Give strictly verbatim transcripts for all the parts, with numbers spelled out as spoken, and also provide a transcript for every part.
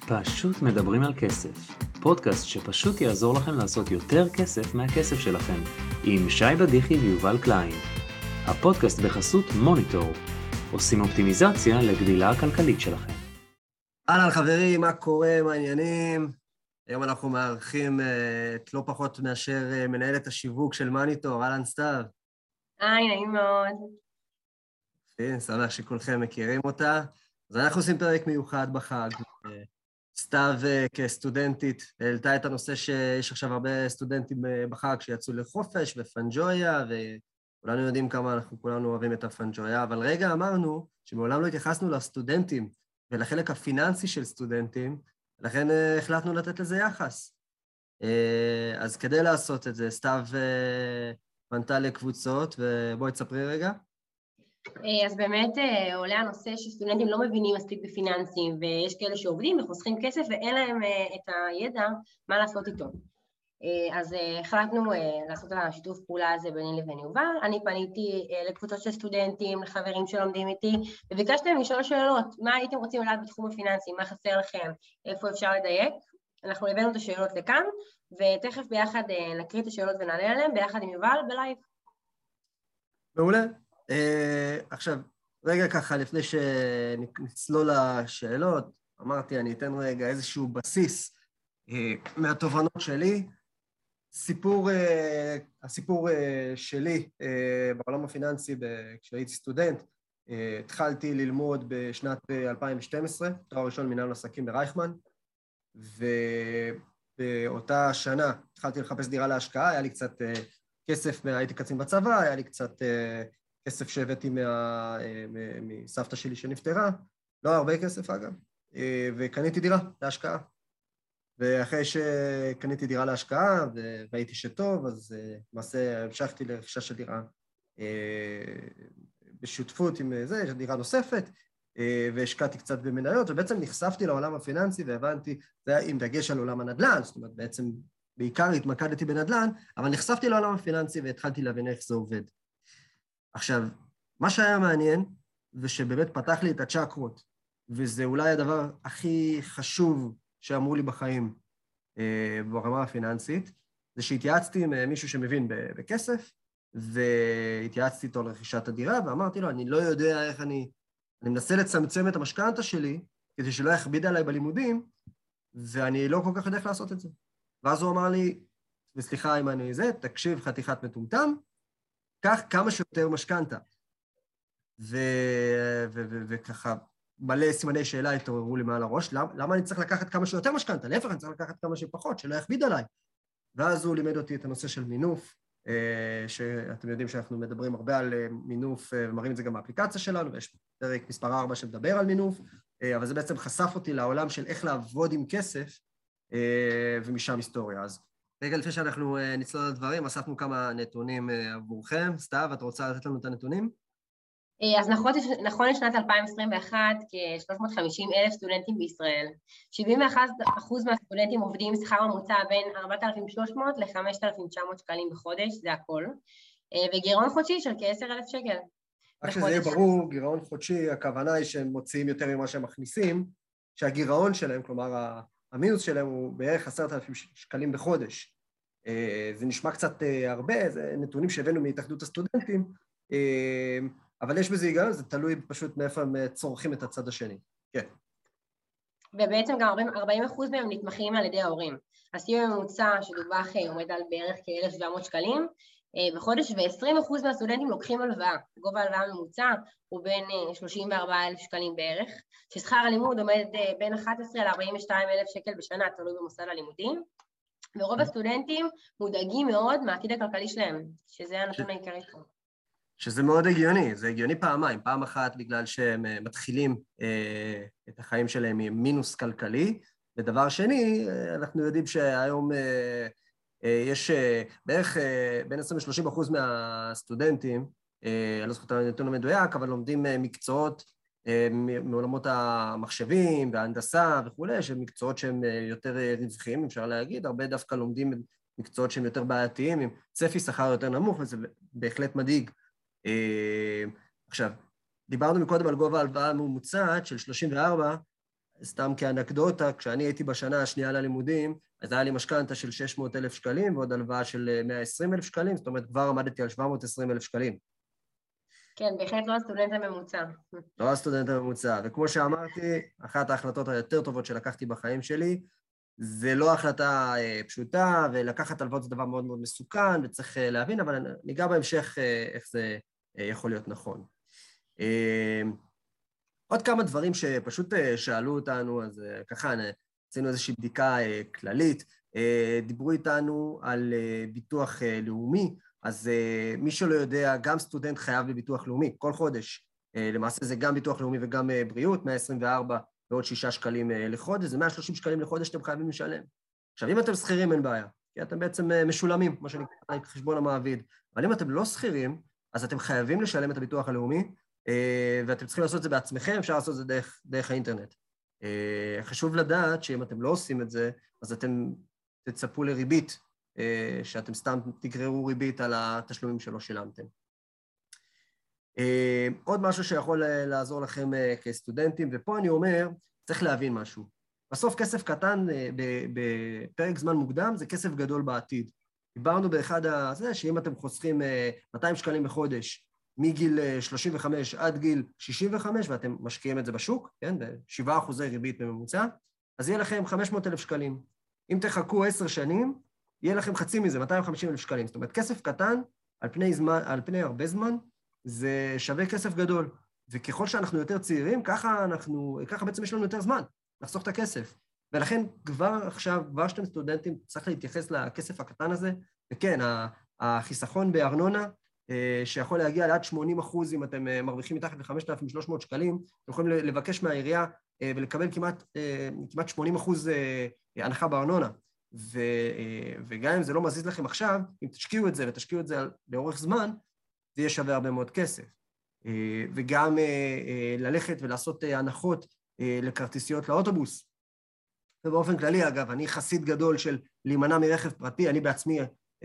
פשוט מדברים על כסף, פודקאסט שפשוט יעזור לכם לעשות יותר כסף מהכסף שלכם, עם שי בדיחי ויובל קליין. הפודקאסט בחסות מוניטור, עושים אופטימיזציה לגדילה הכלכלית שלכם. אהלן חברים, מה קורה, מה העניינים? היום אנחנו מארחים את לא פחות מאשר מנהלת השיווק של מוניטור, אהלן סתיו. היי, נעים מאוד. כן, שמח שכולכם מכירים אותה. אז אנחנו עושים פרק מיוחד בחג. סתיו כסטודנטית העלתה את הנושא שיש עכשיו הרבה סטודנטים בחג שיצאו לחופש ופנג'ויה, וכולנו יודעים כמה אנחנו כולנו אוהבים את הפנג'ויה, אבל רגע אמרנו שמעולם לא התייחסנו לסטודנטים ולחלק הפיננסי של סטודנטים, לכן החלטנו לתת לזה יחס. אז כדי לעשות את זה, סתיו פנתה לקבוצות, ובואי תספרי רגע. אז באמת עולה הנושא שסטודנטים לא מבינים מספיק בפיננסים, ויש כאלה שעובדים וחוסכים כסף ואין להם את הידע מה לעשות איתו. אז החלטנו לעשות את השיתוף פעולה הזה ביני לבין יובל. אני פניתי לקבוצות של סטודנטים, לחברים שלומדים איתי, וביקשתם לשאול שאלות, מה הייתם רוצים לדעת בתחום הפיננסי, מה חסר לכם, איפה אפשר לדייק. אנחנו הבאנו את השאלות לכאן, ותכף ביחד נקריא את השאלות ונענה עליהן, ביחד עם יובל בלייב. מעולה. Uh, עכשיו, רגע ככה, לפני שנצלול לשאלות, אמרתי, אני אתן רגע איזשהו בסיס uh, מהתובנות שלי. סיפור, uh, הסיפור uh, שלי uh, בעולם הפיננסי, כשהייתי סטודנט, uh, התחלתי ללמוד בשנת אלפיים ושתים עשרה, תואר ראשון מנהל עסקים ברייכמן, ובאותה שנה התחלתי לחפש דירה להשקעה, היה לי קצת uh, כסף, הייתי קצין בצבא, היה לי קצת... Uh, כסף שהבאתי מה, מסבתא שלי שנפטרה, לא הרבה כסף אגב, וקניתי דירה להשקעה. ואחרי שקניתי דירה להשקעה והייתי שטוב, אז למעשה המשכתי לרכישה של דירה בשותפות עם זה, דירה נוספת, והשקעתי קצת במניות, ובעצם נחשפתי לעולם הפיננסי והבנתי, זה היה עם דגש על עולם הנדל"ן, זאת אומרת בעצם בעיקר התמקדתי בנדל"ן, אבל נחשפתי לעולם הפיננסי והתחלתי להבין איך זה עובד. עכשיו, מה שהיה מעניין, ושבאמת פתח לי את הצ'קרות, וזה אולי הדבר הכי חשוב שאמרו לי בחיים אה, ברמה הפיננסית, זה שהתייעצתי עם מישהו שמבין בכסף, והתייעצתי איתו על רכישת הדירה, ואמרתי לו, אני לא יודע איך אני... אני מנסה לצמצם את המשכנתה שלי, כדי שלא יכביד עליי בלימודים, ואני לא כל כך יודע איך לעשות את זה. ואז הוא אמר לי, וסליחה אם אני זה, תקשיב חתיכת מטומטם, כך כמה שיותר משכנתה. וככה, מלא סימני שאלה התעוררו לי מעל הראש, למה, למה אני צריך לקחת כמה שיותר משכנתה? להפך, אני צריך לקחת כמה שפחות, שלא יכביד עליי. ואז הוא לימד אותי את הנושא של מינוף, שאתם יודעים שאנחנו מדברים הרבה על מינוף, ומראים את זה גם באפליקציה שלנו, ויש פרק מספר ארבע שמדבר על מינוף, אבל זה בעצם חשף אותי לעולם של איך לעבוד עם כסף, ומשם היסטוריה. אז רגע לפני שאנחנו נצלול לדברים, אספנו כמה נתונים עבורכם. סתיו, את רוצה לתת לנו את הנתונים? אז נכון, נכון לשנת אלפיים עשרים ואחת, כ-שלוש מאות וחמישים אלף סטודנטים בישראל. שבעים ואחד אחוז מהסטודנטים עובדים שכר ממוצע בין ארבעת אלפים ושלוש מאות ל-חמשת אלפים ותשע מאות שקלים בחודש, זה הכל. וגירעון חודשי של כ-עשרת אלפים שקל. רק שזה יהיה ברור, גירעון חודשי, הכוונה היא שהם מוציאים יותר ממה שהם מכניסים, שהגירעון שלהם, כלומר, המינוס שלהם הוא בערך עשרת אלפים שקלים בחודש. זה נשמע קצת הרבה, זה נתונים שהבאנו מהתאחדות הסטודנטים, אבל יש בזה היגיון, זה תלוי פשוט מאיפה הם צורכים את הצד השני. כן. ובעצם גם ארבעים אחוז מהם נתמכים על ידי ההורים. הסיוע הממוצע שדווח עומד על בערך כ-אלף ושבע מאות שקלים בחודש, ו-עשרים אחוז מהסטודנטים לוקחים הלוואה. גובה ההלוואה הממוצע הוא בין שלושים וארבעה אלף שקלים בערך, ששכר הלימוד עומד בין אחת עשרה ל-ארבעים ושתיים אלף שקל בשנה, תלוי במוסד הלימודים. ורוב הסטודנטים מודאגים מאוד מהעתיד הכלכלי שלהם, שזה הנתון העיקרי פה. שזה מאוד הגיוני, זה הגיוני פעמיים, פעם אחת בגלל שהם מתחילים אה, את החיים שלהם עם מינוס כלכלי, ודבר שני, אנחנו יודעים שהיום אה, אה, יש אה, בערך אה, בין עשרים ל-שלושים אחוז מהסטודנטים, אה, אני לא זוכר את הנתון המדויק, אבל לומדים אה, מקצועות אה, מעולמות המחשבים וההנדסה וכו', שהם מקצועות שהם אה, יותר רווחיים, אפשר להגיד, הרבה דווקא לומדים מקצועות שהם יותר בעייתיים, עם צפי שכר יותר נמוך, וזה בהחלט מדאיג. עכשיו, דיברנו מקודם על גובה ההלוואה הממוצעת של שלושים וארבע, סתם כאנקדוטה, כשאני הייתי בשנה השנייה ללימודים, אז היה לי משכנתה של שש מאות אלף שקלים, ועוד הלוואה של מאה ועשרים אלף שקלים, זאת אומרת, כבר עמדתי על שבע מאות ועשרים אלף שקלים. כן, בהחלט לא הסטודנט הממוצע. לא הסטודנט הממוצע, וכמו שאמרתי, אחת ההחלטות היותר טובות שלקחתי בחיים שלי, זה לא החלטה פשוטה, ולקחת הלוואות זה דבר מאוד מאוד מסוכן, וצריך להבין, אבל ניגע בהמשך איך זה יכול להיות נכון. עוד כמה דברים שפשוט שאלו אותנו, אז ככה עשינו איזושהי בדיקה כללית, דיברו איתנו על ביטוח לאומי, אז מי שלא יודע, גם סטודנט חייב בביטוח לאומי, כל חודש. למעשה זה גם ביטוח לאומי וגם בריאות, מאה עשרים וארבע ועוד שישה שקלים לחודש, זה מאה ושלושים שקלים לחודש שאתם חייבים לשלם. עכשיו, אם אתם שכירים אין בעיה, כי אתם בעצם משולמים, מה שנקרא חשבון המעביד, אבל אם אתם לא שכירים, אז אתם חייבים לשלם את הביטוח הלאומי, ואתם צריכים לעשות את זה בעצמכם, אפשר לעשות את זה דרך, דרך האינטרנט. חשוב לדעת שאם אתם לא עושים את זה, אז אתם תצפו לריבית, שאתם סתם תגררו ריבית על התשלומים שלא שילמתם. עוד משהו שיכול לעזור לכם כסטודנטים, ופה אני אומר, צריך להבין משהו. בסוף כסף קטן בפרק זמן מוקדם זה כסף גדול בעתיד. דיברנו באחד הזה, שאם אתם חוסכים מאתיים שקלים בחודש, מגיל שלושים וחמש עד גיל שישים וחמש, ואתם משקיעים את זה בשוק, כן, ב-שבעה אחוזי ריבית בממוצע, אז יהיה לכם חמש מאות אלף שקלים. אם תחכו עשר שנים, יהיה לכם חצי מזה, מאתיים וחמישים אלף שקלים. זאת אומרת, כסף קטן, על פני זמן, על פני הרבה זמן, זה שווה כסף גדול. וככל שאנחנו יותר צעירים, ככה אנחנו, ככה בעצם יש לנו יותר זמן לחסוך את הכסף. ולכן כבר עכשיו, כבר שאתם סטודנטים, צריך להתייחס לכסף הקטן הזה, וכן, החיסכון בארנונה, שיכול להגיע לעד שמונים אחוז אם אתם מרוויחים מתחת ל-חמשת אלפים ושלוש מאות שקלים, אתם יכולים לבקש מהעירייה ולקבל כמעט, כמעט שמונים אחוז הנחה בארנונה. ו, וגם אם זה לא מזיז לכם עכשיו, אם תשקיעו את זה ותשקיעו את זה לאורך זמן, זה יהיה שווה הרבה מאוד כסף. וגם ללכת ולעשות הנחות לכרטיסיות לאוטובוס. ובאופן כללי, אגב, אני חסיד גדול של להימנע מרכב פרטי, אני בעצמי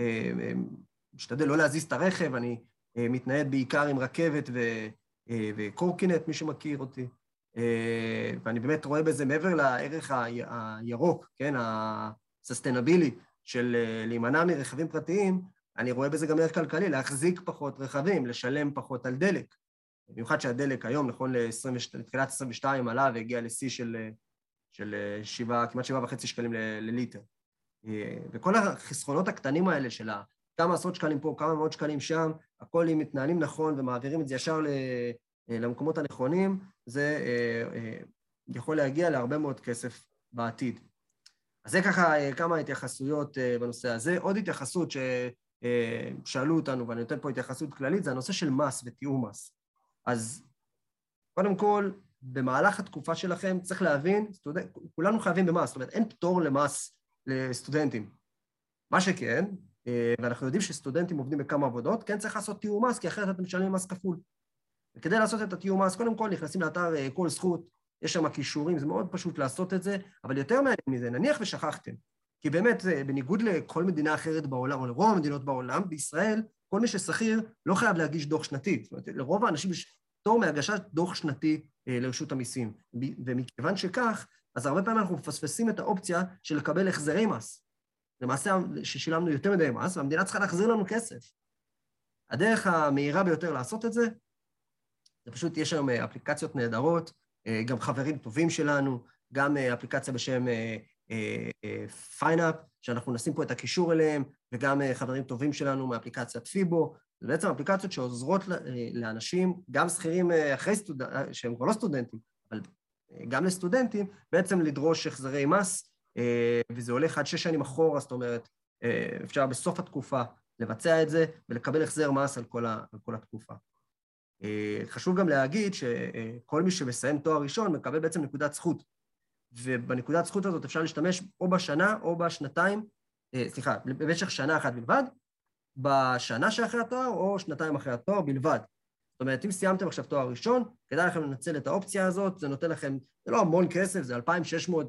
משתדל לא להזיז את הרכב, אני מתנייד בעיקר עם רכבת ו, וקורקינט, מי שמכיר אותי. ואני באמת רואה בזה מעבר לערך הירוק, כן, הססטנבילי של להימנע מרכבים פרטיים, אני רואה בזה גם ערך כלכלי, להחזיק פחות רכבים, לשלם פחות על דלק. במיוחד שהדלק היום, נכון, לתחילת עשרים ושתיים עלה והגיע לשיא של, של שבע, כמעט שבעה וחצי שקלים לליטר. וכל החסכונות הקטנים האלה של כמה עשרות שקלים פה, כמה מאות שקלים שם, הכל אם מתנהלים נכון ומעבירים את זה ישר למקומות הנכונים, זה יכול להגיע להרבה מאוד כסף בעתיד. אז זה ככה כמה התייחסויות בנושא הזה. עוד התייחסות ששאלו אותנו, ואני נותן פה התייחסות כללית, זה הנושא של מס ותיאום מס. אז קודם כל, במהלך התקופה שלכם צריך להבין, סטודנט, כולנו חייבים במס, זאת אומרת, אין פטור למס לסטודנטים. מה שכן, ואנחנו יודעים שסטודנטים עובדים בכמה עבודות, כן צריך לעשות תיאום מס, כי אחרת אתם משלמים מס כפול. וכדי לעשות את התיאום מס, קודם כל נכנסים לאתר כל זכות, יש שם קישורים, זה מאוד פשוט לעשות את זה, אבל יותר מעניין מזה, נניח ושכחתם, כי באמת, בניגוד לכל מדינה אחרת בעולם, או לרוב המדינות בעולם, בישראל, כל מי ששכיר לא חייב להגיש דוח שנתי. זאת אומרת, לרוב האנשים יש פטור מהגשת דוח שנתי לרשות המיסים. ומכיוון שכך, אז הרבה פעמים אנחנו מפספסים את האופציה של לקבל החזרי מס. למעשה ששילמנו יותר מדי מס, והמדינה צריכה להחזיר לנו כסף. הדרך המהירה ביותר לעשות את זה, זה פשוט, יש היום אפליקציות נהדרות, גם חברים טובים שלנו, גם אפליקציה בשם פיינאפ, שאנחנו נשים פה את הקישור אליהם, וגם חברים טובים שלנו מאפליקציית פיבו. זה בעצם אפליקציות שעוזרות לאנשים, גם שכירים אחרי סטודנטים, שהם כבר לא סטודנטים, אבל גם לסטודנטים, בעצם לדרוש החזרי מס, וזה הולך עד שש שנים אחורה, זאת אומרת, אפשר בסוף התקופה לבצע את זה, ולקבל החזר מס על כל, ה, על כל התקופה. חשוב גם להגיד שכל מי שמסיים תואר ראשון מקבל בעצם נקודת זכות, ובנקודת זכות הזאת אפשר להשתמש או בשנה או בשנתיים, סליחה, במשך שנה אחת בלבד, בשנה שאחרי התואר או שנתיים אחרי התואר בלבד. זאת אומרת, אם סיימתם עכשיו תואר ראשון, כדאי לכם לנצל את האופציה הזאת, זה נותן לכם, זה לא המון כסף, זה אלפיים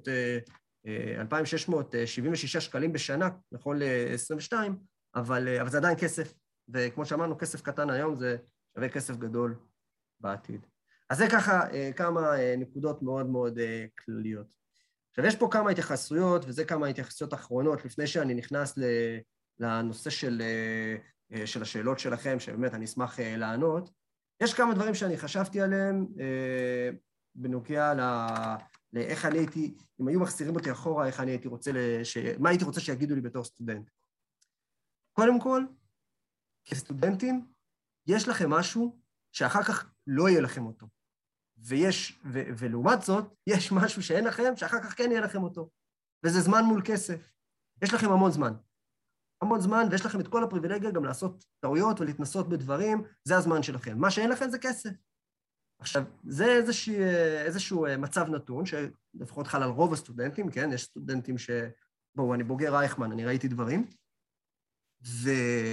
שש מאות שבעים ושישה שקלים בשנה, נכון ל-עשרים ושתיים, אבל, אבל זה עדיין כסף, וכמו שאמרנו, כסף קטן היום זה שווה כסף גדול בעתיד. אז זה ככה כמה נקודות מאוד מאוד כלליות. עכשיו, יש פה כמה התייחסויות, וזה כמה התייחסויות אחרונות, לפני שאני נכנס לנושא של, של השאלות שלכם, שבאמת אני אשמח לענות. יש כמה דברים שאני חשבתי עליהם בנוגע ל... לאיך אני הייתי, אם היו מחזירים אותי אחורה, איך אני הייתי רוצה, לש... מה הייתי רוצה שיגידו לי בתור סטודנט. קודם כל, כסטודנטים, יש לכם משהו שאחר כך לא יהיה לכם אותו. ויש, ו, ולעומת זאת, יש משהו שאין לכם, שאחר כך כן יהיה לכם אותו. וזה זמן מול כסף. יש לכם המון זמן. המון זמן, ויש לכם את כל הפריבילגיה גם לעשות טעויות ולהתנסות בדברים, זה הזמן שלכם. מה שאין לכם זה כסף. עכשיו, זה איזשהו, איזשהו מצב נתון, שלפחות חל על רוב הסטודנטים, כן? יש סטודנטים ש... בואו, אני בוגר רייכמן, אני ראיתי דברים, ו...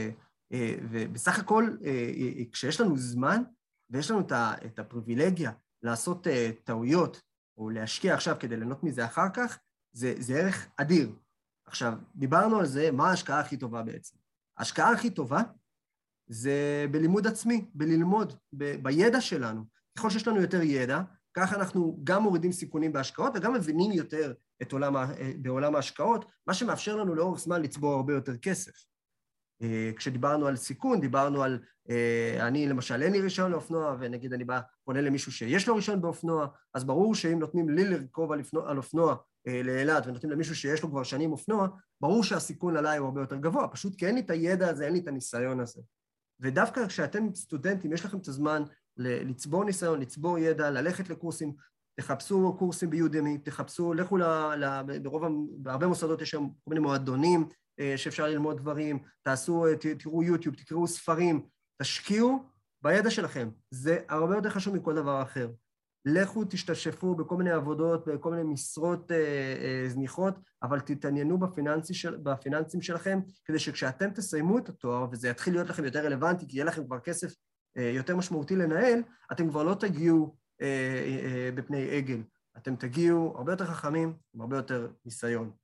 ובסך הכל, כשיש לנו זמן, ויש לנו את הפריבילגיה לעשות טעויות, או להשקיע עכשיו כדי ליהנות מזה אחר כך, זה, זה ערך אדיר. עכשיו, דיברנו על זה, מה ההשקעה הכי טובה בעצם? ההשקעה הכי טובה זה בלימוד עצמי, בללמוד, ב, בידע שלנו. ככל שיש לנו יותר ידע, ככה אנחנו גם מורידים סיכונים בהשקעות, וגם מבינים יותר את עולם, בעולם ההשקעות, מה שמאפשר לנו לאורך זמן לצבור הרבה יותר כסף. כשדיברנו על סיכון, דיברנו על, אני למשל אין לי רישיון לאופנוע, ונגיד אני בא, פונה למישהו שיש לו רישיון באופנוע, אז ברור שאם נותנים לי לרכוב על אופנוע לאילת, ונותנים למישהו שיש לו כבר שנים אופנוע, ברור שהסיכון עליי הוא הרבה יותר גבוה, פשוט כי אין לי את הידע הזה, אין לי את הניסיון הזה. ודווקא כשאתם סטודנטים, יש לכם את הזמן לצבור ניסיון, לצבור ידע, ללכת לקורסים, תחפשו קורסים ביודמי, תחפשו, לכו ל, ל, ברוב, בהרבה מוסדות יש שם כל מיני מועדונים, שאפשר ללמוד דברים, תעשו, תראו יוטיוב, תקראו ספרים, תשקיעו בידע שלכם. זה הרבה יותר חשוב מכל דבר אחר. לכו, תשתשפו בכל מיני עבודות, בכל מיני משרות אה, אה, זניחות, אבל תתעניינו בפיננסי של, בפיננסים שלכם, כדי שכשאתם תסיימו את התואר, וזה יתחיל להיות לכם יותר רלוונטי, כי יהיה לכם כבר כסף אה, יותר משמעותי לנהל, אתם כבר לא תגיעו אה, אה, אה, בפני עגל. אתם תגיעו הרבה יותר חכמים, עם הרבה יותר ניסיון.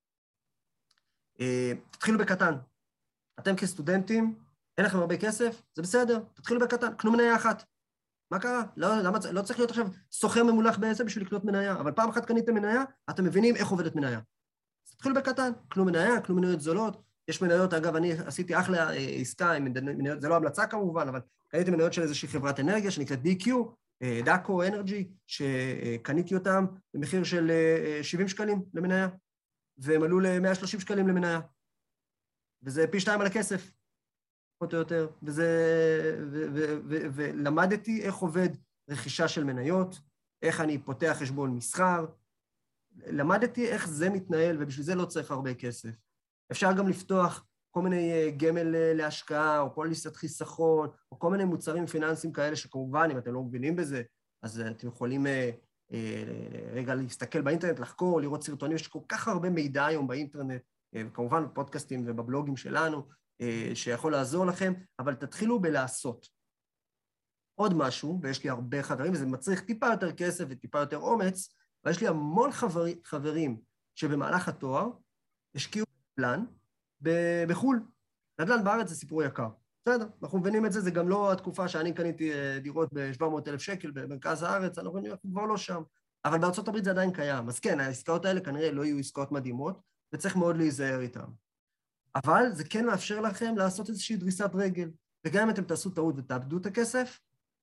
תתחילו בקטן. אתם כסטודנטים, אין לכם הרבה כסף, זה בסדר, תתחילו בקטן, קנו מניה אחת. מה קרה? לא, למה, לא צריך להיות עכשיו סוחר ממולח בעצם בשביל לקנות מניה, אבל פעם אחת קניתם מניה, אתם מבינים איך עובדת מניה. אז תתחילו בקטן, קנו מניה, קנו מניות זולות, יש מניות, אגב, אני עשיתי אחלה עסקה עם מניות, זה לא המלצה כמובן, אבל קניתי מניות של איזושהי חברת אנרגיה, שנקראת די קיו, דאקו אנרג'י, שקניתי אותם במחיר של שבעים שקלים למניה. והם עלו ל-מאה ושלושים שקלים למניה. וזה פי שתיים על הכסף, פחות או יותר. וזה, ו, ו, ו, ולמדתי איך עובד רכישה של מניות, איך אני פותח חשבון מסחר, למדתי איך זה מתנהל, ובשביל זה לא צריך הרבה כסף. אפשר גם לפתוח כל מיני גמל להשקעה, או פוליסת חיסכון, או כל מיני מוצרים פיננסיים כאלה, שכמובן, אם אתם לא מבינים בזה, אז אתם יכולים רגע להסתכל באינטרנט, לחקור, לראות סרטונים, יש כל כך הרבה מידע היום באינטרנט, וכמובן בפודקאסטים ובבלוגים שלנו, שיכול לעזור לכם, אבל תתחילו בלעשות. עוד משהו, ויש לי הרבה חברים, וזה מצריך טיפה יותר כסף וטיפה יותר אומץ, ויש לי המון חברים, חברים שבמהלך התואר השקיעו נדל"ן בחו"ל. נדל"ן בארץ זה סיפור יקר. בסדר, אנחנו מבינים את זה, זה גם לא התקופה שאני קניתי דירות ב-שבע מאות אלף שקל במרכז הארץ, אנחנו כבר לא שם. אבל בארצות הברית זה עדיין קיים. אז כן, העסקאות האלה כנראה לא יהיו עסקאות מדהימות, וצריך מאוד להיזהר איתן. אבל זה כן מאפשר לכם לעשות איזושהי דריסת רגל, וגם אם אתם תעשו טעות ותאבדו את הכסף,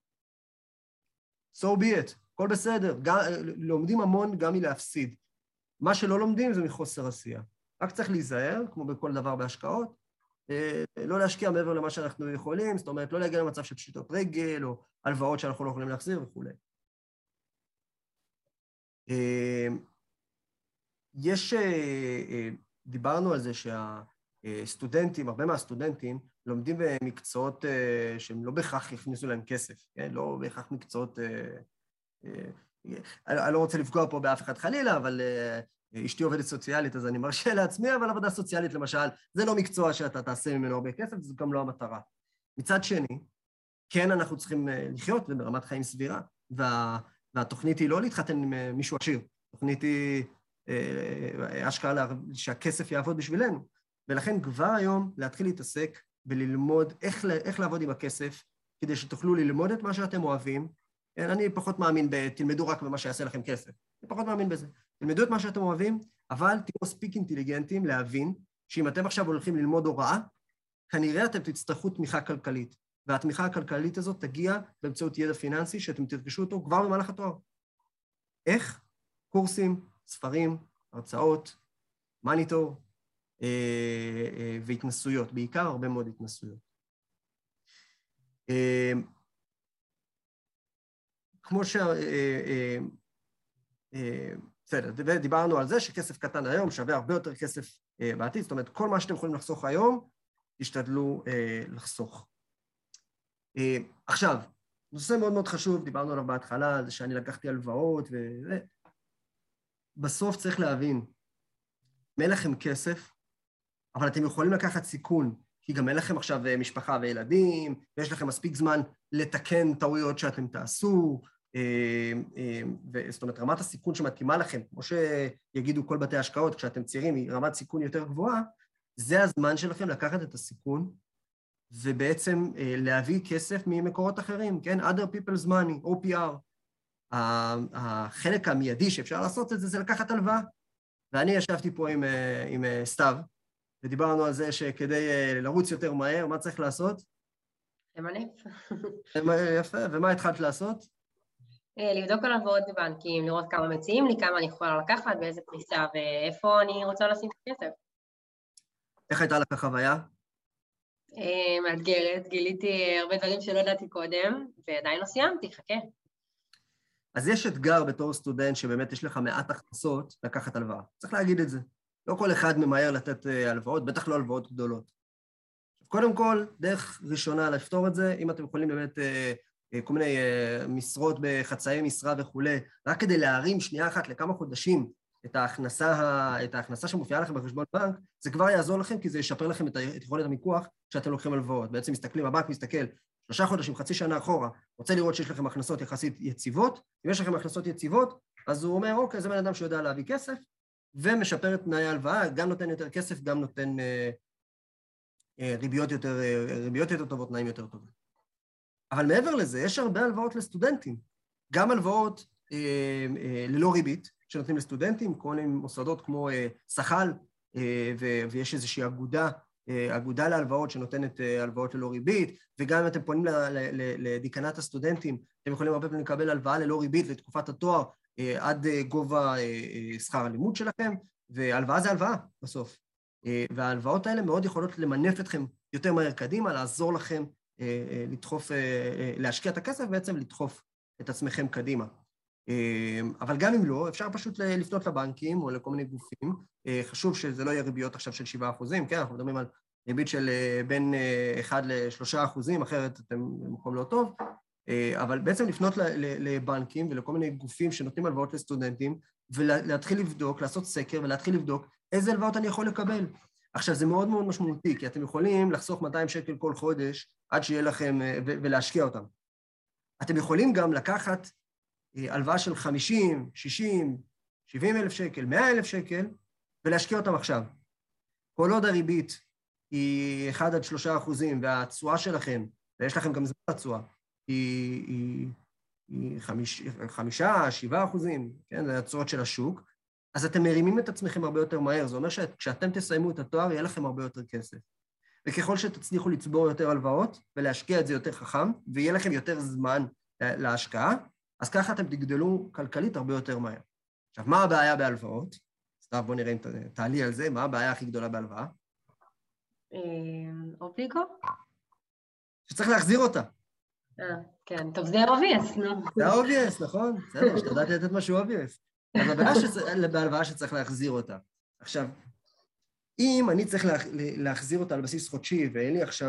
so be it, הכל בסדר. גם, לומדים המון גם מלהפסיד. מה שלא לומדים זה מחוסר עשייה. רק צריך להיזהר, כמו בכל דבר בהשקעות, לא להשקיע מעבר למה שאנחנו יכולים, זאת אומרת, לא להגיע למצב של פשיטות רגל, או הלוואות שאנחנו לא יכולים להחזיר וכו'. יש, דיברנו על זה שהסטודנטים, הרבה מהסטודנטים, לומדים במקצועות שהם לא בהכרח יכניסו להם כסף, כן? לא בהכרח מקצועות, אני לא רוצה לפגוע פה באף אחד חלילה, אבל אשתי עובדת סוציאלית, אז אני מרשה לעצמי, אבל עבודה סוציאלית למשל, זה לא מקצוע שאתה תעשה ממנו הרבה כסף, זה גם לא המטרה. מצד שני, כן אנחנו צריכים לחיות ברמת חיים סבירה, וה, והתוכנית היא לא להתחתן עם מישהו עשיר, התוכנית היא השקעה שהכסף יעבוד בשבילנו, ולכן כבר היום להתחיל להתעסק וללמוד איך, איך לעבוד עם הכסף, כדי שתוכלו ללמוד את מה שאתם אוהבים, אני פחות מאמין בתלמדו רק במה שיעשה לכם כסף. אני פחות מאמין בזה. תלמדו את מה שאתם אוהבים, אבל תהיו מספיק אינטליגנטים להבין שאם אתם עכשיו הולכים ללמוד הוראה, כנראה אתם תצטרכו תמיכה כלכלית, והתמיכה הכלכלית הזאת תגיע באמצעות ידע פיננסי שאתם תרכשו אותו כבר במהלך התואר. איך? קורסים, ספרים, הרצאות, מניטור אה, אה, והתנסויות, בעיקר הרבה מאוד התנסויות. אה, כמו ש... אה, אה, אה, בסדר, דיברנו על זה שכסף קטן היום שווה הרבה יותר כסף אה, בעתיד, זאת אומרת, כל מה שאתם יכולים לחסוך היום, תשתדלו אה, לחסוך. אה, עכשיו, נושא מאוד מאוד חשוב, דיברנו עליו בהתחלה, זה שאני לקחתי הלוואות וזה. בסוף צריך להבין, אין לכם כסף, אבל אתם יכולים לקחת סיכון, כי גם אין לכם עכשיו משפחה וילדים, ויש לכם מספיק זמן לתקן טעויות שאתם תעשו, זאת אומרת, רמת הסיכון שמתאימה לכם, כמו שיגידו כל בתי ההשקעות, כשאתם צעירים, היא רמת סיכון יותר גבוהה, זה הזמן שלכם לקחת את הסיכון, ובעצם להביא כסף ממקורות אחרים, כן? other people's money, או פי אר. החלק המיידי שאפשר לעשות את זה, זה לקחת הלוואה. ואני ישבתי פה עם, עם סתיו, ודיברנו על זה שכדי לרוץ יותר מהר, מה צריך לעשות? למנף. יפה, ומה התחלת לעשות? לבדוק על הלוואות בבנקים, לראות כמה מציעים לי, כמה אני יכולה לקחת, באיזה פריסה, ואיפה אני רוצה לשים את הכסף. איך הייתה לך חוויה? מאתגרת, גיליתי הרבה דברים שלא ידעתי קודם, ועדיין לא סיימתי, חכה. אז יש אתגר בתור סטודנט שבאמת יש לך מעט הכנסות לקחת הלוואה. צריך להגיד את זה. לא כל אחד ממהר לתת הלוואות, בטח לא הלוואות גדולות. קודם כל, דרך ראשונה לפתור את זה, אם אתם יכולים באמת כל מיני משרות בחצאי משרה וכולי, רק כדי להרים שנייה אחת לכמה חודשים את ההכנסה, את ההכנסה שמופיעה לכם בחשבון בנק, זה כבר יעזור לכם, כי זה ישפר לכם את יכולת המיקוח כשאתם לוקחים הלוואות. בעצם מסתכלים, הבנק מסתכל שלושה חודשים, חצי שנה אחורה, רוצה לראות שיש לכם הכנסות יחסית יציבות, אם יש לכם הכנסות יציבות, אז הוא אומר, אוקיי, זה בן אדם שיודע להביא כסף, ומשפר את תנאי ההלוואה, גם נותן יותר כסף, גם נותן אה, אה, ריביות יותר, אה, ריביות יותר טובות, תנאים יותר טובים. אבל מעבר לזה, יש הרבה הלוואות לסטודנטים, גם הלוואות אה, אה, ללא ריבית, שנותנים לסטודנטים, כל מיני מוסדות כמו אה, סחל, אה, ו- ויש איזושהי אגודה, אה, אגודה להלוואות שנותנת אה, הלוואות ללא ריבית, וגם אם אתם פונים לדיקנת הסטודנטים, אתם יכולים הרבה פעמים לקבל הלוואה ללא ריבית לתקופת התואר, אה, עד אה, גובה אה, אה, שכר הלימוד שלכם, והלוואה זה הלוואה בסוף. אה, וההלוואות האלה מאוד יכולות למנף אתכם יותר מהר קדימה, לעזור לכם אה, אה, לדחוף, אה, אה, להשקיע את הכסף, בעצם לדחוף את עצמכם קדימה. אבל גם אם לא, אפשר פשוט לפנות לבנקים או לכל מיני גופים. חשוב שזה לא יהיה ריביות עכשיו של שבעה אחוזים, כן, אנחנו מדברים על ריבית של בין אחד לשלושה אחוזים, אחרת אתם במקום לא טוב, אבל בעצם לפנות לבנקים ולכל מיני גופים שנותנים הלוואות לסטודנטים, ולהתחיל לבדוק, לעשות סקר ולהתחיל לבדוק איזה הלוואות אני יכול לקבל. עכשיו, זה מאוד מאוד משמעותי, כי אתם יכולים לחסוך מאתיים שקל כל חודש עד שיהיה לכם, ולהשקיע אותם. אתם יכולים גם לקחת הלוואה של חמישים, שישים, שבעים אלף שקל, מאה אלף שקל, ולהשקיע אותם עכשיו. כל עוד הריבית היא אחד עד שלושה אחוזים, והתשואה שלכם, ויש לכם גם זמן התשואה, היא, היא, היא חמיש, חמישה, שבעה אחוזים, כן, זה התשואות של השוק, אז אתם מרימים את עצמכם הרבה יותר מהר. זה אומר שכשאתם תסיימו את התואר, יהיה לכם הרבה יותר כסף. וככל שתצליחו לצבור יותר הלוואות, ולהשקיע את זה יותר חכם, ויהיה לכם יותר זמן להשקעה, אז ככה אתם תגדלו כלכלית הרבה יותר מהר. עכשיו, מה הבעיה בהלוואות? סתיו, בוא נראה אם תעלי על זה, מה הבעיה הכי גדולה בהלוואה? אובליגו? שצריך להחזיר אותה. אה, כן, טוב, זה obvious, נו. זה obvious, נכון? בסדר, שתדעתי לתת משהו obvious. אז הבעיה בהלוואה שצריך להחזיר אותה. עכשיו, אם אני צריך להחזיר אותה על בסיס חודשי, ואין לי עכשיו...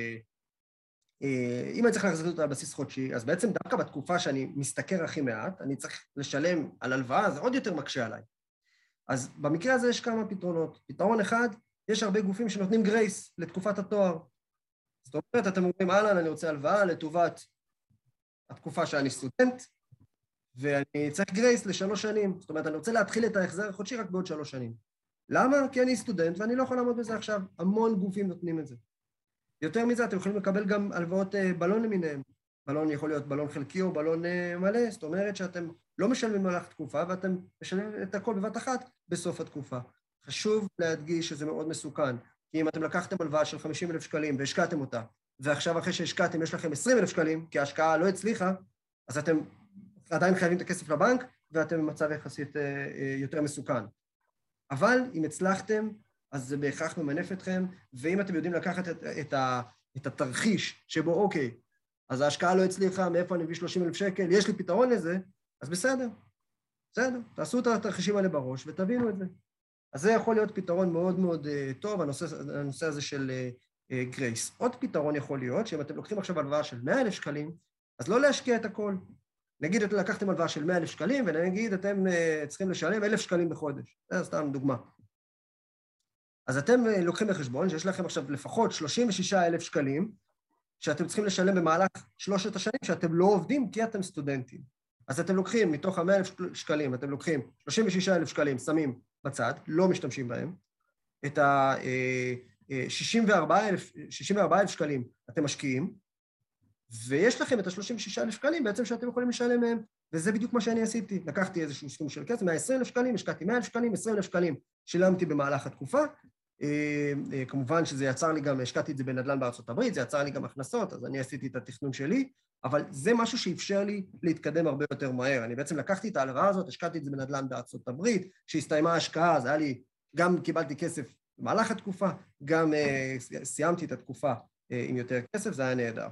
אם אני צריך להחזיר אותה על בסיס חודשי, אז בעצם דווקא בתקופה שאני מסתכר הכי מעט, אני צריך לשלם על הלוואה, זה עוד יותר מקשה עליי. אז במקרה הזה יש כמה פתרונות. פתרון אחד, יש הרבה גופים שנותנים גרייס לתקופת התואר. זאת אומרת, אתם אומרים, אהלן, אני רוצה הלוואה לטובת התקופה שאני סטודנט, ואני צריך גרייס לשלוש שנים. זאת אומרת, אני רוצה להתחיל את ההחזר החודשי רק בעוד שלוש שנים. למה? כי אני סטודנט ואני לא יכול לעמוד בזה עכשיו. המון גופים נותנים את זה. יותר מזה, אתם יכולים לקבל גם הלוואות בלון למיניהם. בלון יכול להיות בלון חלקי או בלון מלא, זאת אומרת שאתם לא משלמים במהלך תקופה, ואתם משלמים את הכל בבת אחת בסוף התקופה. חשוב להדגיש שזה מאוד מסוכן, כי אם אתם לקחתם הלוואה של חמישים אלף שקלים והשקעתם אותה, ועכשיו אחרי שהשקעתם יש לכם עשרים אלף שקלים, כי ההשקעה לא הצליחה, אז אתם עדיין חייבים את הכסף לבנק, ואתם במצב יחסית יותר מסוכן. אבל אם הצלחתם, אז זה בהכרח ממנף אתכם, ואם אתם יודעים לקחת את, את, ה, את התרחיש שבו, אוקיי, אז ההשקעה לא הצליחה, מאיפה אני מביא שלושים אלף שקל, יש לי פתרון לזה, אז בסדר, בסדר, תעשו את התרחישים האלה בראש ותבינו את זה. אז זה יכול להיות פתרון מאוד מאוד uh, טוב, הנושא, הנושא הזה של uh, uh, גרייס. עוד פתרון יכול להיות, שאם אתם לוקחים עכשיו הלוואה של מאה אלף שקלים, אז לא להשקיע את הכל. נגיד, אתם לקחתם הלוואה של מאה אלף שקלים, ונגיד, אתם uh, צריכים לשלם אלף שקלים בחודש. זה סתם דוגמה. אז אתם uh, לוקחים בחשבון שיש לכם עכשיו לפחות שלושים ושישה אלף שקלים, שאתם צריכים לשלם במהלך שלושת השנים, שאתם לא עובדים כי אתם סטודנטים. אז אתם לוקחים, מתוך ה-מאה אלף שקלים, אתם לוקחים שלושים ושישה אלף שקלים, שמים בצד, לא משתמשים בהם, את ה-שישים וארבעה אלף שקלים אתם משקיעים, ויש לכם את ה-שלושים ושישה אלף שקלים בעצם שאתם יכולים לשלם מהם, וזה בדיוק מה שאני עשיתי. לקחתי איזשהו סכום של כסף, מאה-ועשרים אלף שקלים, השקעתי מאה אלף שקלים, עשרים אלף שקלים שילמתי במהלך התקופה, כמובן שזה יצר לי גם, השקעתי את זה בנדל"ן בארצות הברית, זה יצר לי גם הכנסות, אז אני עשיתי את התכנון שלי, אבל זה משהו שאפשר לי להתקדם הרבה יותר מהר. אני בעצם לקחתי את ההלוואה הזאת, השקעתי את זה בנדל"ן בארצות הברית, שהסתיימה ההשקעה, אז היה לי, גם קיבלתי כסף במהלך התקופה, גם uh, סיימתי את התקופה uh, עם יותר כסף, זה היה נהדר.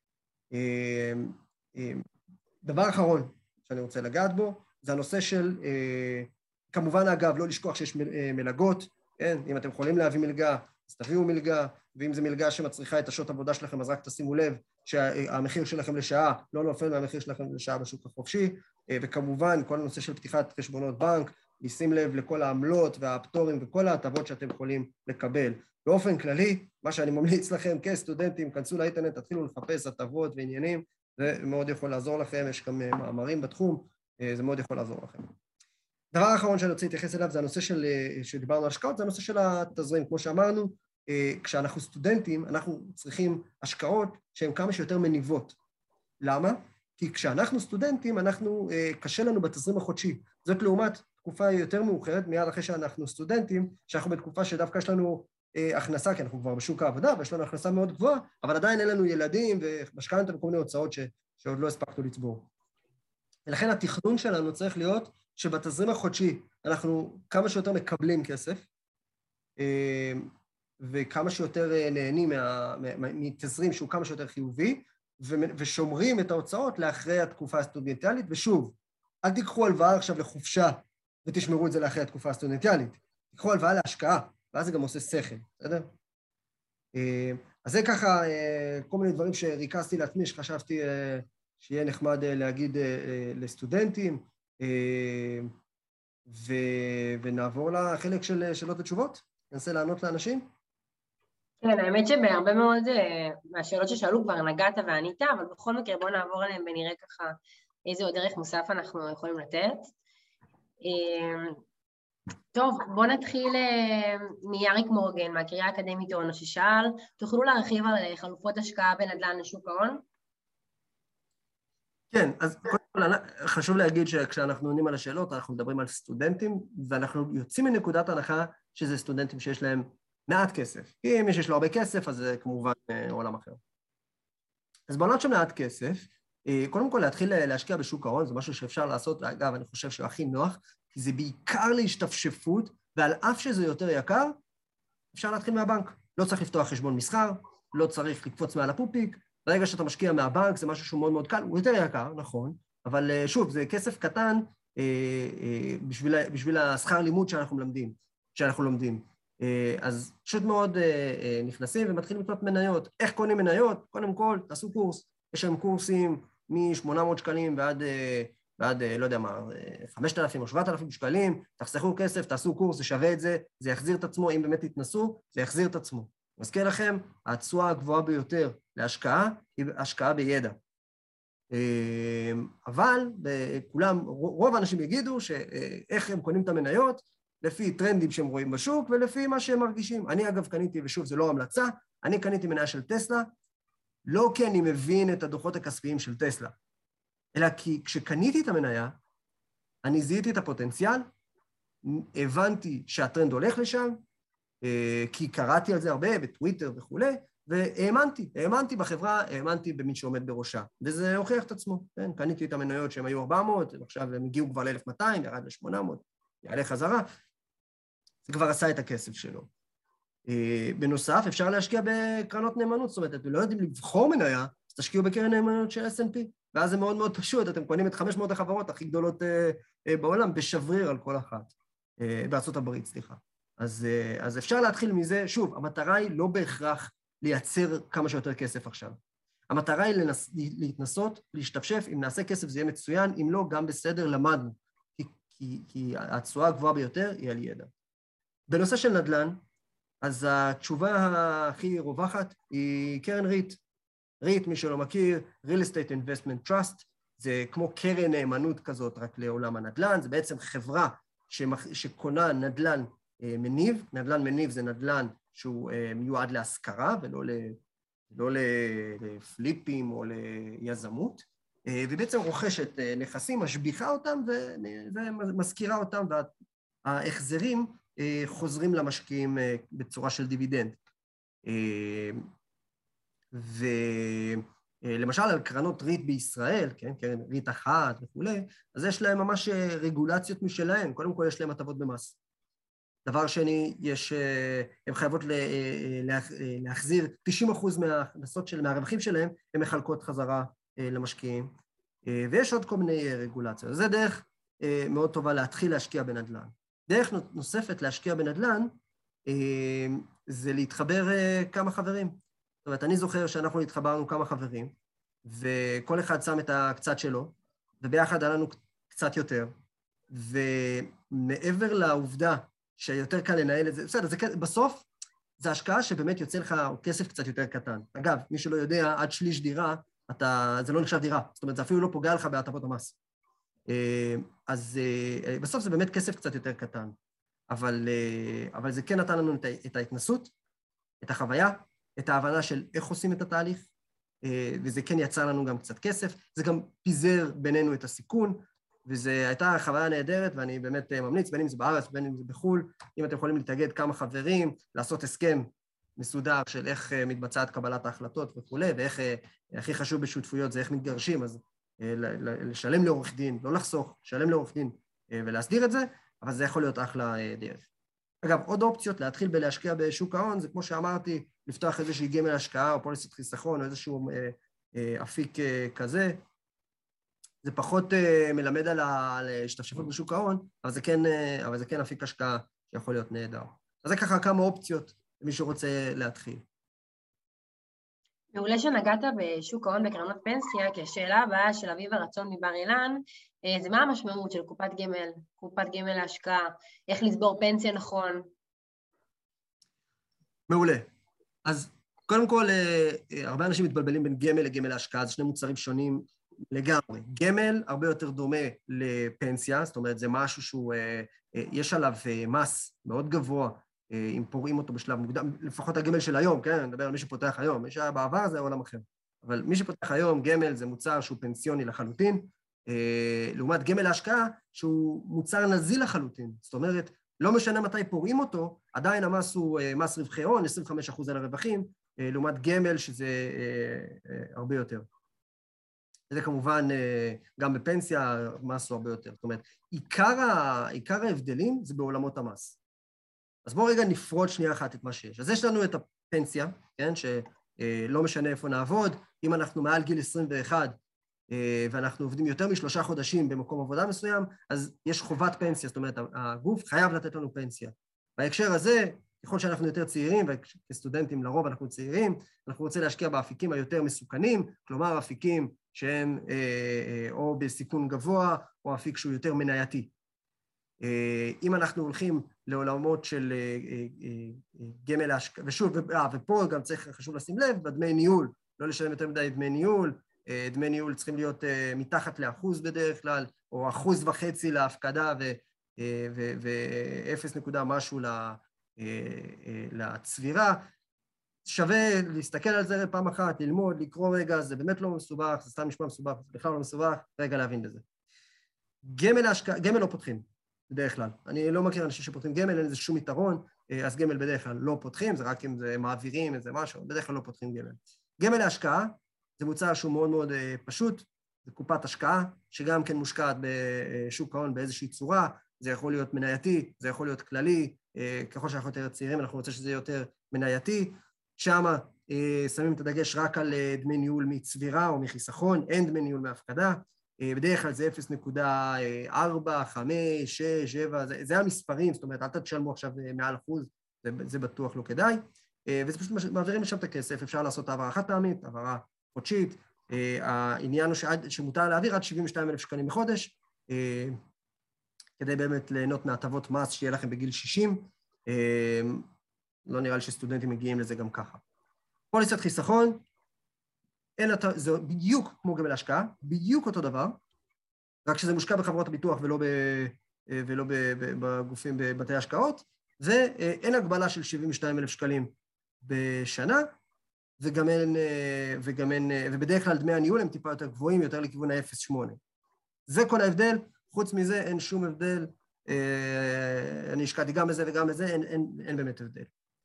Uh, uh, דבר אחרון שאני רוצה לגעת בו, זה הנושא של, uh, כמובן אגב, לא לשכוח שיש מלגות, כן? אם אתם יכולים להביא מלגה, אז תביאו מלגה, ואם זו מלגה שמצריכה את השעות עבודה שלכם, אז רק תשימו לב שהמחיר שלכם לשעה לא נופל מהמחיר שלכם לשעה בשוק החופשי, וכמובן, כל הנושא של פתיחת חשבונות בנק, לשים לב לכל העמלות והפטורים וכל ההטבות שאתם יכולים לקבל. באופן כללי, מה שאני ממליץ לכם כסטודנטים, כנסו לאינטרנט, תתחילו לחפש הטבות ועניינים, זה מאוד יכול לעזור לכם, יש גם מאמרים בתחום, זה מאוד יכול לעזור לכם. דבר האחרון שאני רוצה להתייחס אליו זה הנושא של, שדיברנו על השקעות, זה הנושא של התזרים. כמו שאמרנו, כשאנחנו סטודנטים, אנחנו צריכים השקעות שהן כמה שיותר מניבות. למה? כי כשאנחנו סטודנטים, אנחנו, קשה לנו בתזרים החודשי. זאת לעומת תקופה יותר מאוחרת, מיד אחרי שאנחנו סטודנטים, שאנחנו בתקופה שדווקא יש לנו הכנסה, כי אנחנו כבר בשוק העבודה, ויש לנו הכנסה מאוד גבוהה, אבל עדיין אין לנו ילדים, ומשכנתא וכל מיני הוצאות ש, שעוד לא הספקנו לצבור. ולכן התכנון שלנו צריך להיות שבתזרים החודשי אנחנו כמה שיותר מקבלים כסף, וכמה שיותר נהנים מתזרים שהוא כמה שיותר חיובי, ושומרים את ההוצאות לאחרי התקופה הסטודנטיאלית, ושוב, אל תיקחו הלוואה עכשיו לחופשה, ותשמרו את זה לאחרי התקופה הסטודנטיאלית. תיקחו הלוואה להשקעה, ואז זה גם עושה שכל, בסדר? אז זה ככה כל מיני דברים שריכזתי לעצמי, שחשבתי שיהיה נחמד להגיד לסטודנטים, ו... ונעבור לחלק של שאלות ותשובות. ננסה לענות לאנשים. כן, האמת שבהרבה מאוד מהשאלות ששאלו כבר נגעת וענית, אבל בכל מקרה בואו נעבור עליהם ונראה ככה איזה עוד דרך מוסף אנחנו יכולים לתת. טוב, בואו נתחיל מיאריק מורגן, מהקריה האקדמית אונו ששאל, תוכלו להרחיב על חלופות השקעה בנדל"ן לשוק ההון? כן, אז קודם כל חשוב להגיד שכשאנחנו עונים על השאלות, אנחנו מדברים על סטודנטים, ואנחנו יוצאים מנקודת הנחה שזה סטודנטים שיש להם מעט כסף. כי אם יש לו הרבה כסף, אז זה כמובן עולם אחר. אז בעולם של מעט כסף, קודם כל להתחיל להשקיע בשוק ההון, זה משהו שאפשר לעשות, ואגב, אני חושב שהוא הכי נוח, כי זה בעיקר להשתפשפות, ועל אף שזה יותר יקר, אפשר להתחיל מהבנק. לא צריך לפתוח חשבון מסחר, לא צריך לקפוץ מעל הפופיק, ברגע שאתה משקיע מהבנק, זה משהו שהוא מאוד מאוד קל, הוא יותר יקר, נכון, אבל שוב, זה כסף קטן בשביל, בשביל השכר לימוד שאנחנו מלמדים, שאנחנו לומדים. אז פשוט מאוד נכנסים ומתחילים לקנות מניות. איך קונים מניות? קודם כל, תעשו קורס. יש שם קורסים מ-שמונה מאות שקלים ועד, ועד, לא יודע מה, חמשת אלפים או שבעת אלפים שקלים, תחסכו כסף, תעשו קורס, זה שווה את זה, זה יחזיר את עצמו, אם באמת תתנסו, זה יחזיר את עצמו. מזכיר לכם, התשואה הגבוהה ביותר להשקעה היא השקעה בידע. אבל כולם, רוב האנשים יגידו שאיך הם קונים את המניות, לפי טרנדים שהם רואים בשוק ולפי מה שהם מרגישים. אני אגב קניתי, ושוב, זה לא המלצה, אני קניתי מניה של טסלה, לא כי אני מבין את הדוחות הכספיים של טסלה, אלא כי כשקניתי את המניה, אני זיהיתי את הפוטנציאל, הבנתי שהטרנד הולך לשם, כי קראתי על זה הרבה בטוויטר וכו', והאמנתי, האמנתי בחברה, האמנתי במי שעומד בראשה. וזה הוכיח את עצמו, כן? קניתי את המניות שהן היו ארבע מאות, ועכשיו הם הגיעו כבר ל-אלף מאתיים, ירד ל-שמונה מאות, יעלה חזרה. זה כבר עשה את הכסף שלו. בנוסף, אפשר להשקיע בקרנות נאמנות, זאת אומרת, אתם לא יודעים לבחור מניה, אז תשקיעו בקרן נאמנות של אס אנד פי, ואז זה מאוד מאוד פשוט, אתם קונים את חמש מאות החברות הכי גדולות בעולם, בשבריר על כל אחת, בארצות הברית, סליחה. אז, אז אפשר להתחיל מזה, שוב, המטרה היא לא בהכרח לייצר כמה שיותר כסף עכשיו. המטרה היא לנס, להתנסות, להשתפשף, אם נעשה כסף זה יהיה מצוין, אם לא, גם בסדר, למדנו, כי, כי, כי התשואה הגבוהה ביותר היא על ידע. בנושא של נדל"ן, אז התשובה הכי רווחת היא קרן ריט. ריט, מי שלא מכיר, Real Estate Investment Trust, זה כמו קרן נאמנות כזאת רק לעולם הנדל"ן, זה בעצם חברה שמח... שקונה נדל"ן מניב, נדל"ן מניב זה נדל"ן שהוא מיועד להשכרה ולא ל... לא לפליפים או ליזמות, ובעצם רוכשת נכסים, משביחה אותם ומזכירה אותם, וההחזרים חוזרים למשקיעים בצורה של דיבידנד. ולמשל על קרנות ריט בישראל, כן, קרן ריט אחת וכו', אז יש להם ממש רגולציות משלהם, קודם כל יש להם הטבות במס. דבר שני, יש, הן חייבות להחזיר תשעים אחוז מההכנסות של, מהרווחים שלהם, הן מחלקות חזרה למשקיעים, ויש עוד כל מיני רגולציות. זה דרך מאוד טובה להתחיל להשקיע בנדל"ן. דרך נוספת להשקיע בנדל"ן, זה להתחבר כמה חברים. זאת אומרת, אני זוכר שאנחנו התחברנו כמה חברים, וכל אחד שם את הקצת שלו, וביחד היה לנו קצת יותר, ומעבר לעובדה שיותר קל לנהל את זה, בסדר, זה, בסוף זה השקעה שבאמת יוצא לך כסף קצת יותר קטן. אגב, מי שלא יודע, עד שליש דירה, אתה, זה לא נחשב דירה, זאת אומרת, זה אפילו לא פוגע לך בהטבות המס. אז בסוף זה באמת כסף קצת יותר קטן, אבל, אבל זה כן נתן לנו את ההתנסות, את החוויה, את ההבנה של איך עושים את התהליך, וזה כן יצר לנו גם קצת כסף, זה גם פיזר בינינו את הסיכון, וזו הייתה חוויה נהדרת, ואני באמת ממליץ, בין אם זה בארץ, בין אם זה בחול, אם אתם יכולים להתאגד כמה חברים, לעשות הסכם מסודר של איך מתבצעת קבלת ההחלטות וכו', ואיך, הכי חשוב בשותפויות זה איך מתגרשים, אז לשלם לעורך דין, לא לחסוך, לשלם לעורך דין ולהסדיר את זה, אבל זה יכול להיות אחלה דרך. אגב, עוד אופציות להתחיל בלהשקיע בשוק ההון, זה כמו שאמרתי, לפתוח איזושהי גמל השקעה או פוליסת חיסכון או איזשהו אפיק כזה, זה פחות uh, מלמד על ההשתפשפות בשוק ההון, אבל זה כן, uh, אבל זה כן אפיק השקעה שיכול להיות נהדר. אז זה ככה כמה אופציות למי שרוצה להתחיל. מעולה שנגעת בשוק ההון בקרנות פנסיה, כי השאלה הבאה של אביב הרצון מבר אילן, uh, זה מה המשמעות של קופת גמל, קופת גמל להשקעה, איך לסבור פנסיה נכון? מעולה. אז קודם כל, uh, הרבה אנשים מתבלבלים בין גמל לגמל להשקעה, זה שני מוצרים שונים, לגמרי. גמל הרבה יותר דומה לפנסיה, זאת אומרת, זה משהו שהוא, יש עליו מס מאוד גבוה, אם פורעים אותו בשלב מוקדם, לפחות הגמל של היום, כן? אני מדבר על מי שפותח היום, מי שהיה בעבר זה עולם אחר. אבל מי שפותח היום, גמל זה מוצר שהוא פנסיוני לחלוטין, לעומת גמל להשקעה, שהוא מוצר נזיל לחלוטין. זאת אומרת, לא משנה מתי פורעים אותו, עדיין המס הוא מס רווחי הון, עשרים וחמישה אחוז על הרווחים, לעומת גמל שזה הרבה יותר. זה כמובן, גם בפנסיה, מס הוא הרבה יותר. זאת אומרת, עיקר, ה... עיקר ההבדלים זה בעולמות המס. אז בואו רגע נפרוד שנייה אחת את מה שיש. אז יש לנו את הפנסיה, כן, שלא משנה איפה נעבוד, אם אנחנו מעל גיל עשרים ואחת, ואנחנו עובדים יותר משלושה חודשים במקום עבודה מסוים, אז יש חובת פנסיה, זאת אומרת, הגוף חייב לתת לנו פנסיה. בהקשר הזה, ככל שאנחנו יותר צעירים, וכסטודנטים לרוב אנחנו צעירים, אנחנו רוצים להשקיע באפיקים היותר מסוכנים, כלומר, אפיקים שהם או בסיכון גבוה, או אפיק שהוא יותר מנייתי. אם אנחנו הולכים לעולמות של גמל להשקעה, ושוב, ופה גם צריך, חשוב לשים לב, בדמי ניהול, לא לשלם יותר מדי דמי ניהול, דמי ניהול צריכים להיות מתחת לאחוז בדרך כלל, או אחוז וחצי להפקדה, ואפס נקודה משהו לצבירה. שווה להסתכל על זה פעם אחת, ללמוד, לקרוא רגע, זה באמת לא מסובך, זה סתם נשמע מסובך, זה בכלל לא מסובך, רגע להבין בזה. גמל ההשקעה, גמל לא פותחים, בדרך כלל. אני לא מכיר אנשים שפותחים גמל, אין לזה שום יתרון, אז גמל בדרך כלל לא פותחים, זה רק אם זה מעבירים, איזה משהו, בדרך כלל לא פותחים גמל. גמל להשקעה, זה מוצר שהוא מאוד מאוד פשוט, זה קופת השקעה, שגם כן מושקעת בשוק ההון באיזושהי צורה, זה יכול להיות מנייתי, זה יכול להיות כללי, ככל שאנחנו יותר צעירים, אנחנו רוצים שזה יהיה יותר מנייתי, שם שמים את הדגש רק על דמי ניהול מצבירה או מחיסכון, אין דמי ניהול מהפקדה, בדרך כלל זה אפס נקודה ארבע, חמש, שש, שבע, זה, זה המספרים, זאת אומרת, אל תשלמו עכשיו מעל אחוז, זה, זה בטוח לא כדאי, וזה פשוט מעבירים לשם את הכסף, אפשר לעשות העברה חד פעמית, העברה חודשית, העניין הוא שעד, שמותר להעביר עד שבעים ושניים אלף שקלים בחודש, כדי באמת ליהנות מהטבות מס שיהיה לכם בגיל שישים, לא נראה לי שסטודנטים מגיעים לזה גם ככה. פוליסת חיסכון, אין, זה בדיוק כמו גמל השקעה, בדיוק אותו דבר, רק שזה מושקע בחברות הביטוח ולא, ב, ולא ב, בגופים בבתי השקעות, ואין הגבלה של שבעים ושניים אלף שקלים בשנה, וגם אין, וגם אין, ובדרך כלל דמי הניהול הם טיפה יותר גבוהים, יותר לכיוון ה-אפס נקודה שמונה. זה כל ההבדל, חוץ מזה אין שום הבדל, אני השקעתי גם בזה וגם בזה, אין, אין, אין באמת הבדל.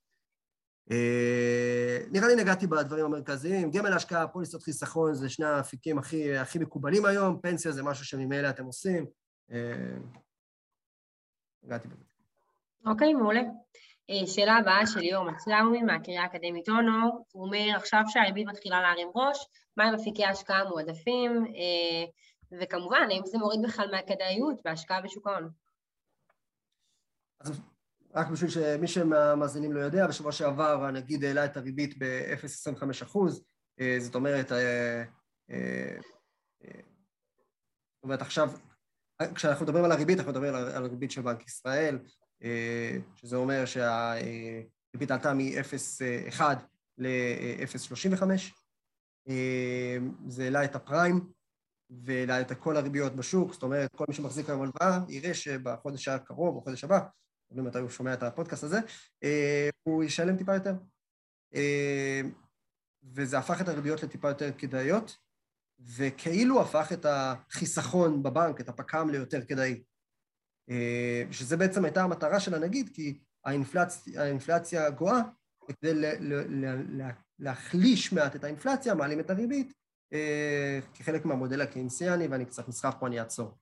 נראה לי נגעתי בדברים המרכזיים, גמל ההשקעה, פוליסות חיסכון, זה שני האפיקים הכי, הכי מקובלים היום, פנסיה זה משהו שממילא אתם עושים, נגעתי בזה. אוקיי, מעולה. שאלה הבאה של ליאור מצלאוי מהקריה האקדמית אונו, הוא אומר, עכשיו שהריבית מתחילה להרים ראש, מה עם אפיקי ההשקעה המועדפים, וכמובן, האם זה מוריד בכלל מהכדאיות בהשקעה בשוק ההון? אז רק בשביל שמי שמאזינים לא יודע, בשבוע שעבר הנגיד העלה את הריבית ב-אפס נקודה עשרים וחמישה אחוז, זאת אומרת, זאת אומרת עכשיו, כשאנחנו מדברים על הריבית, אנחנו מדברים על הריבית של בנק ישראל, שזה אומר שהריבית עלתה מ-אפס נקודה אחת ל-אפס נקודה שלושים וחמש, זה העלה את הפריים, והעלה את כל הריביות בשוק, זאת אומרת, כל מי שמחזיק היום הלוואה, יראה שבחודש הקרוב, או חודש הבא, אם אתה שומע את הפודקאסט הזה, הוא ישלם טיפה יותר. וזה הפך את הריביות לטיפה יותר כדאיות, וכאילו הפך את החיסכון בבנק, את הפק"ם ליותר כדאי. שזה בעצם הייתה המטרה של הנגיד, כי האינפלציה, האינפלציה גואה, וכדי להחליש מעט את האינפלציה, מעלים את הריבית, כחלק מהמודל הקיינסיאני, ואני קצת נסחף פה, אני אעצור.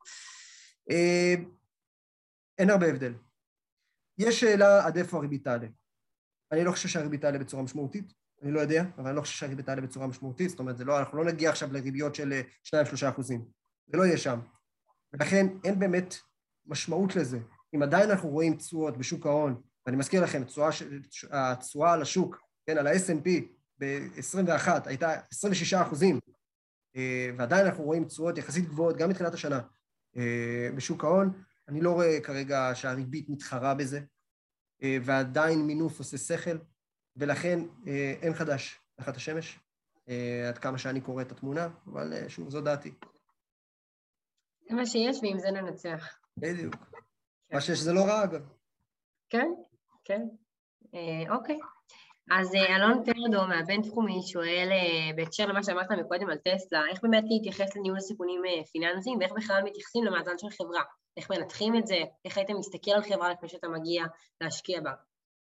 אין הרבה הבדל. יש שאלה עד איפה הריבית תעלה. אני לא חושב שהריבית תעלה בצורה משמעותית, אני לא יודע, אבל אני לא חושב שהריבית תעלה בצורה משמעותית, זאת אומרת, זה לא, אנחנו לא נגיע עכשיו לריביות של שניים שלושה אחוזים, זה לא יהיה שם. ולכן אין באמת משמעות לזה. אם עדיין אנחנו רואים תשואות בשוק ההון, ואני מזכיר לכם, התשואה על השוק, כן, על ה-אס אנד פי ב-עשרים ואחת הייתה עשרים ושישה אחוזים, ועדיין אנחנו רואים תשואות יחסית גבוהות, גם מתחילת השנה, בשוק ההון, אני לא רואה כרגע שהריבית מתחרה בזה, ועדיין מינוף עושה שכל, ולכן אין חדש תחת השמש, עד כמה שאני קורא את התמונה, אבל שוב, זו דעתי. זה מה שיש, ועם זה ננצח. בדיוק. מה שיש זה לא רע, אגב. כן, כן. אוקיי. אז אלון פרדו מהבינתחומי שואל, בהקשר למה שאמרת מקודם על טסלה, איך באמת להתייחס לניהול הסיכונים פיננסיים, ואיך בכלל מתייחסים למאזן של חברה? איך מנתחים את זה? איך היית מסתכל על חברה לפני שאתה מגיע להשקיע בה?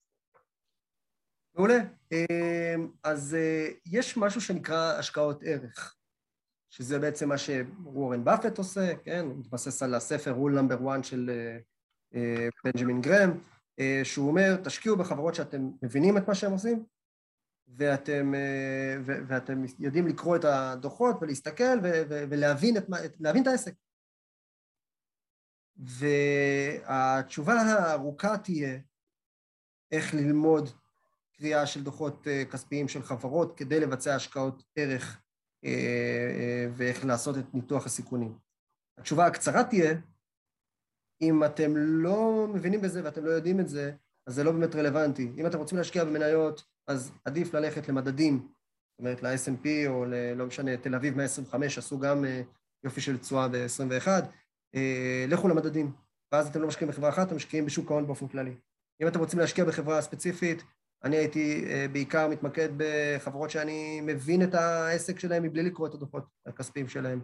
מעולה. אז יש משהו שנקרא השקעות ערך, שזה בעצם מה שוורן באפט עושה, כן? הוא מתבסס על הספר רול נאמבר אחת של בנג'מין גרם, שהוא אומר, תשקיעו בחברות שאתם מבינים את מה שהם עושים, ואתם, ואתם יודעים לקרוא את הדוחות ולהסתכל ולהבין את, להבין את העסק. והתשובה הארוכה תהיה איך ללמוד קריאה של דוחות כספיים של חברות כדי לבצע השקעות ערך ואיך לעשות את ניתוח הסיכונים. התשובה הקצרה תהיה, אם אתם לא מבינים בזה ואתם לא יודעים את זה, אז זה לא באמת רלוונטי. אם אתם רוצים להשקיע במניות, אז עדיף ללכת למדדים, זאת אומרת ל-אס אנד פי או ל- לא משנה, תל אביב מאה עשרים וחמש, עשו גם יופי של תשואה ב-עשרים ואחת, לכו למדדים, ואז אתם לא משקיעים בחברה אחת, אתם משקיעים בשוק ההון באופן כללי. אם אתם רוצים להשקיע בחברה ספציפית, אני הייתי בעיקר מתמקד בחברות שאני מבין את העסק שלהם מבלי לקרוא את הדוחות הכספיים שלהם.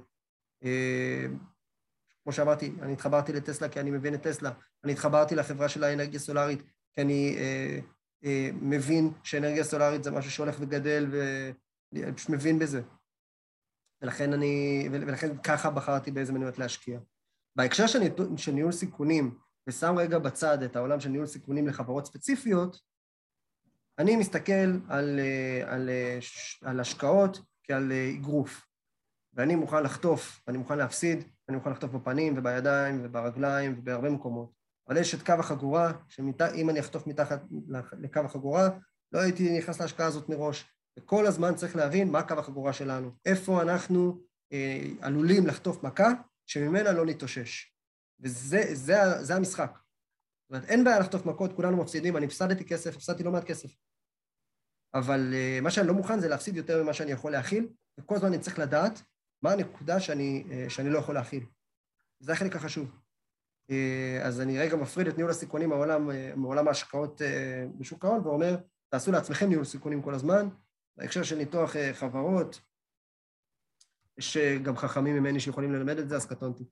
כמו שאמרתי, אני התחברתי לטסלה כי אני מבין את טסלה, אני התחברתי לחברה של האנרגיה סולארית, כי אני אה, אה, מבין שאנרגיה סולארית זה משהו שהולך וגדל, ואני פשוט מבין בזה. ולכן אני, ולכן ככה בחרתי באיזה מניות להשקיע. בהקשר של, של ניהול סיכונים, ושם רגע בצד את העולם של ניהול סיכונים לחברות ספציפיות, אני מסתכל על, על, על השקעות כעל אגרוף. ואני מוכן לחטוף, אני מוכן להפסיד, אני מוכן לחטוף בפנים ובידיים וברגליים ובהרבה מקומות. אבל יש את קו החגורה, שאם אני אחטוף מתחת לקו החגורה, לא הייתי נכנס להשקעה הזאת מראש. וכל הזמן צריך להבין מה קו החגורה שלנו. איפה אנחנו אה, עלולים לחטוף מכה, שממנה לא נתאושש. וזה זה, זה המשחק. זאת אומרת, אין בעיה לחטוף מכות, כולנו מפסידים, אני הפסדתי כסף, הפסדתי לא מעט כסף. אבל אה, מה שאני לא מוכן זה להפסיד יותר ממה שאני יכול להכיל, וכל הזמן אני צריך לדעת מה הנקודה שאני, שאני לא יכול להכיל. זה החלק החשוב. אז אני רגע מפריד את ניהול הסיכונים מעולם, מעולם ההשקעות בשוק ההון, ואומר, תעשו לעצמכם ניהול סיכונים כל הזמן, בהקשר של ניתוח חברות, יש גם חכמים ממני שיכולים ללמד את זה, אז קטונתי.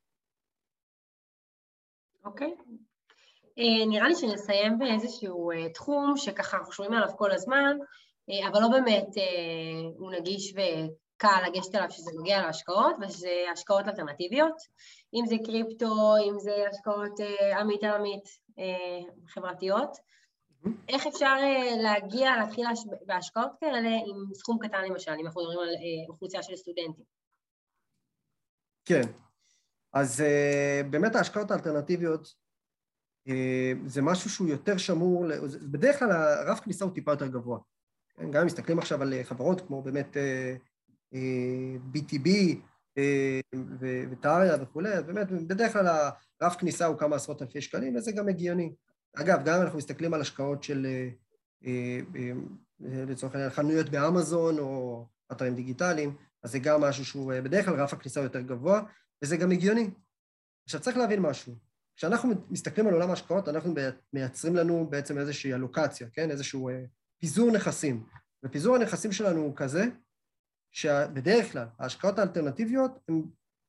אוקיי. נראה לי שנסיים באיזשהו תחום שככה אנחנו שומעים עליו כל הזמן, אבל לא באמת הוא נגיש ו... קל לגשת אליו שזה נוגע להשקעות, וזה השקעות אלטרנטיביות, אם זה קריפטו, אם זה השקעות עמית על עמית חברתיות. איך אפשר להגיע, להתחיל בהשקעות כאלה עם סכום קטן למשל, אם אנחנו מדברים על אוכלוסייה של סטודנטים? כן, אז באמת ההשקעות האלטרנטיביות זה משהו שהוא יותר שמור, בדרך כלל הרף כניסה הוא טיפה יותר גבוה. גם אם מסתכלים עכשיו על חברות כמו באמת בי טי בי וטריה וכו', באמת, בדרך כלל הרף כניסה הוא כמה עשרות אלפי שקלים, וזה גם הגיוני. אגב, גם אם אנחנו מסתכלים על השקעות של, לצורך העניין, חנויות באמזון או אתרים דיגיטליים, אז זה גם משהו שהוא, בדרך כלל רף הכניסה הוא יותר גבוה, וזה גם הגיוני. עכשיו צריך להבין משהו. כשאנחנו מסתכלים על עולם ההשקעות, אנחנו מייצרים לנו בעצם איזושהי אלוקציה, כן? איזשהו פיזור נכסים. ופיזור הנכסים שלנו הוא כזה, שבדרך כלל ההשקעות האלטרנטיביות הם,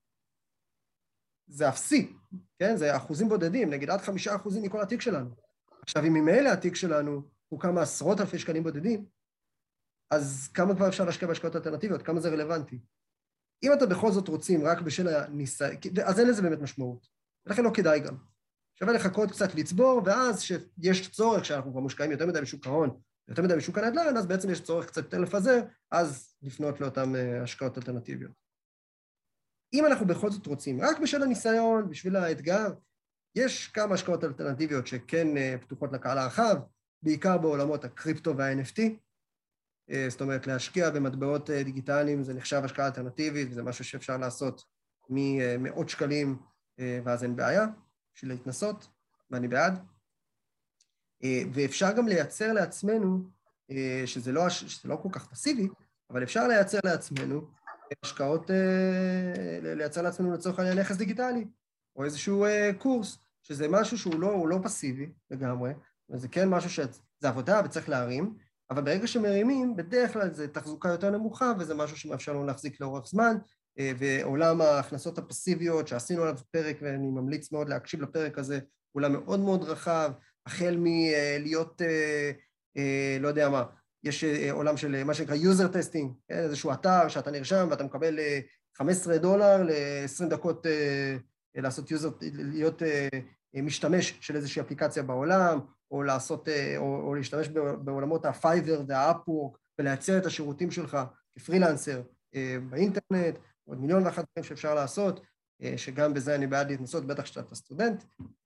זה אפסי, כן? זה אחוזים בודדים, נגיד עד חמישה אחוזים מכל התיק שלנו. עכשיו, אם ממילא התיק שלנו הוא כמה עשרות אלפי שקלים בודדים, אז כמה כבר אפשר להשקיע בהשקעות אלטרנטיביות? כמה זה רלוונטי? אם אתה בכל זאת רוצים רק בשל הניסיון, אז אין לזה באמת משמעות. ולכן לא כדאי גם. שווה לחכות קצת לצבור, ואז שיש צורך, שאנחנו כבר מושקעים יותר מדי בשוק ההון, יותר מדי בשוק הנדל"ן, אז בעצם יש צורך קצת יותר לפזר, אז לפנות לאותן השקעות אלטרנטיביות. אם אנחנו בכל זאת רוצים, רק בשביל הניסיון, בשביל האתגר, יש כמה השקעות אלטרנטיביות שכן פתוחות לקהל הרחב, בעיקר בעולמות הקריפטו וה-אן אף טי, זאת אומרת, להשקיע במטבעות דיגיטליים זה נחשב השקעה אלטרנטיבית, וזה משהו שאפשר לעשות ממאות שקלים, ואז אין בעיה, בשביל להתנסות, ואני בעד. ואפשר גם לייצר לעצמנו, שזה לא, שזה לא כל כך פסיבי, אבל אפשר לייצר לעצמנו השקעות, לייצר לעצמנו לצורך העניין נכס דיגיטלי, או איזשהו קורס, שזה משהו שהוא לא, הוא לא פסיבי לגמרי, וזה כן משהו שזה עבודה וצריך להרים, אבל ברגע שמרימים, בדרך כלל זה תחזוקה יותר נמוכה, וזה משהו שמאפשר לנו להחזיק לאורך זמן, ועולם ההכנסות הפסיביות שעשינו עליו פרק, ואני ממליץ מאוד להקשיב לפרק הזה, עולם מאוד מאוד רחב, החל מלהיות, לא יודע מה, יש עולם של מה שנקרא user testing, איזשהו אתר שאתה נרשם ואתה מקבל חמישה עשר דולר ל-עשרים דקות לעשות user, להיות משתמש של איזושהי אפליקציה בעולם, או לעשות, או, או להשתמש בעולמות ה-Fiverr וה-Upwork, ולייצר את השירותים שלך כפרילנסר באינטרנט, עוד מיליון ואחת דברים שאפשר לעשות, שגם בזה אני בעד להתנסות, בטח שאתה סטודנט.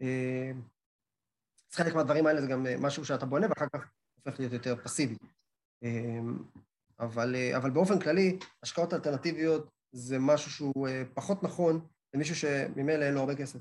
אז חלק מהדברים האלה זה גם משהו שאתה בונה, ואחר כך הופך להיות יותר פסיבי. אבל, אבל באופן כללי, השקעות אלטרנטיביות זה משהו שהוא פחות נכון, למישהו שממילא אין לו הרבה כסף.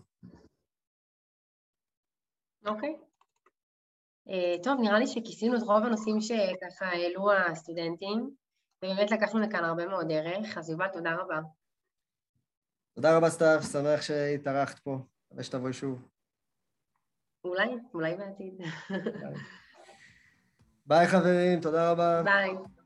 אוקיי. טוב, נראה לי שכיסינו את רוב הנושאים שככה העלו הסטודנטים, ובאמת לקחנו לכאן הרבה מאוד דרך, אז יובל, תודה רבה. תודה רבה, סתיו, שמח שהתארחת פה, מקווה שתבואי שוב. אולי, אולי בעתיד. ביי חברים, תודה רבה. ביי.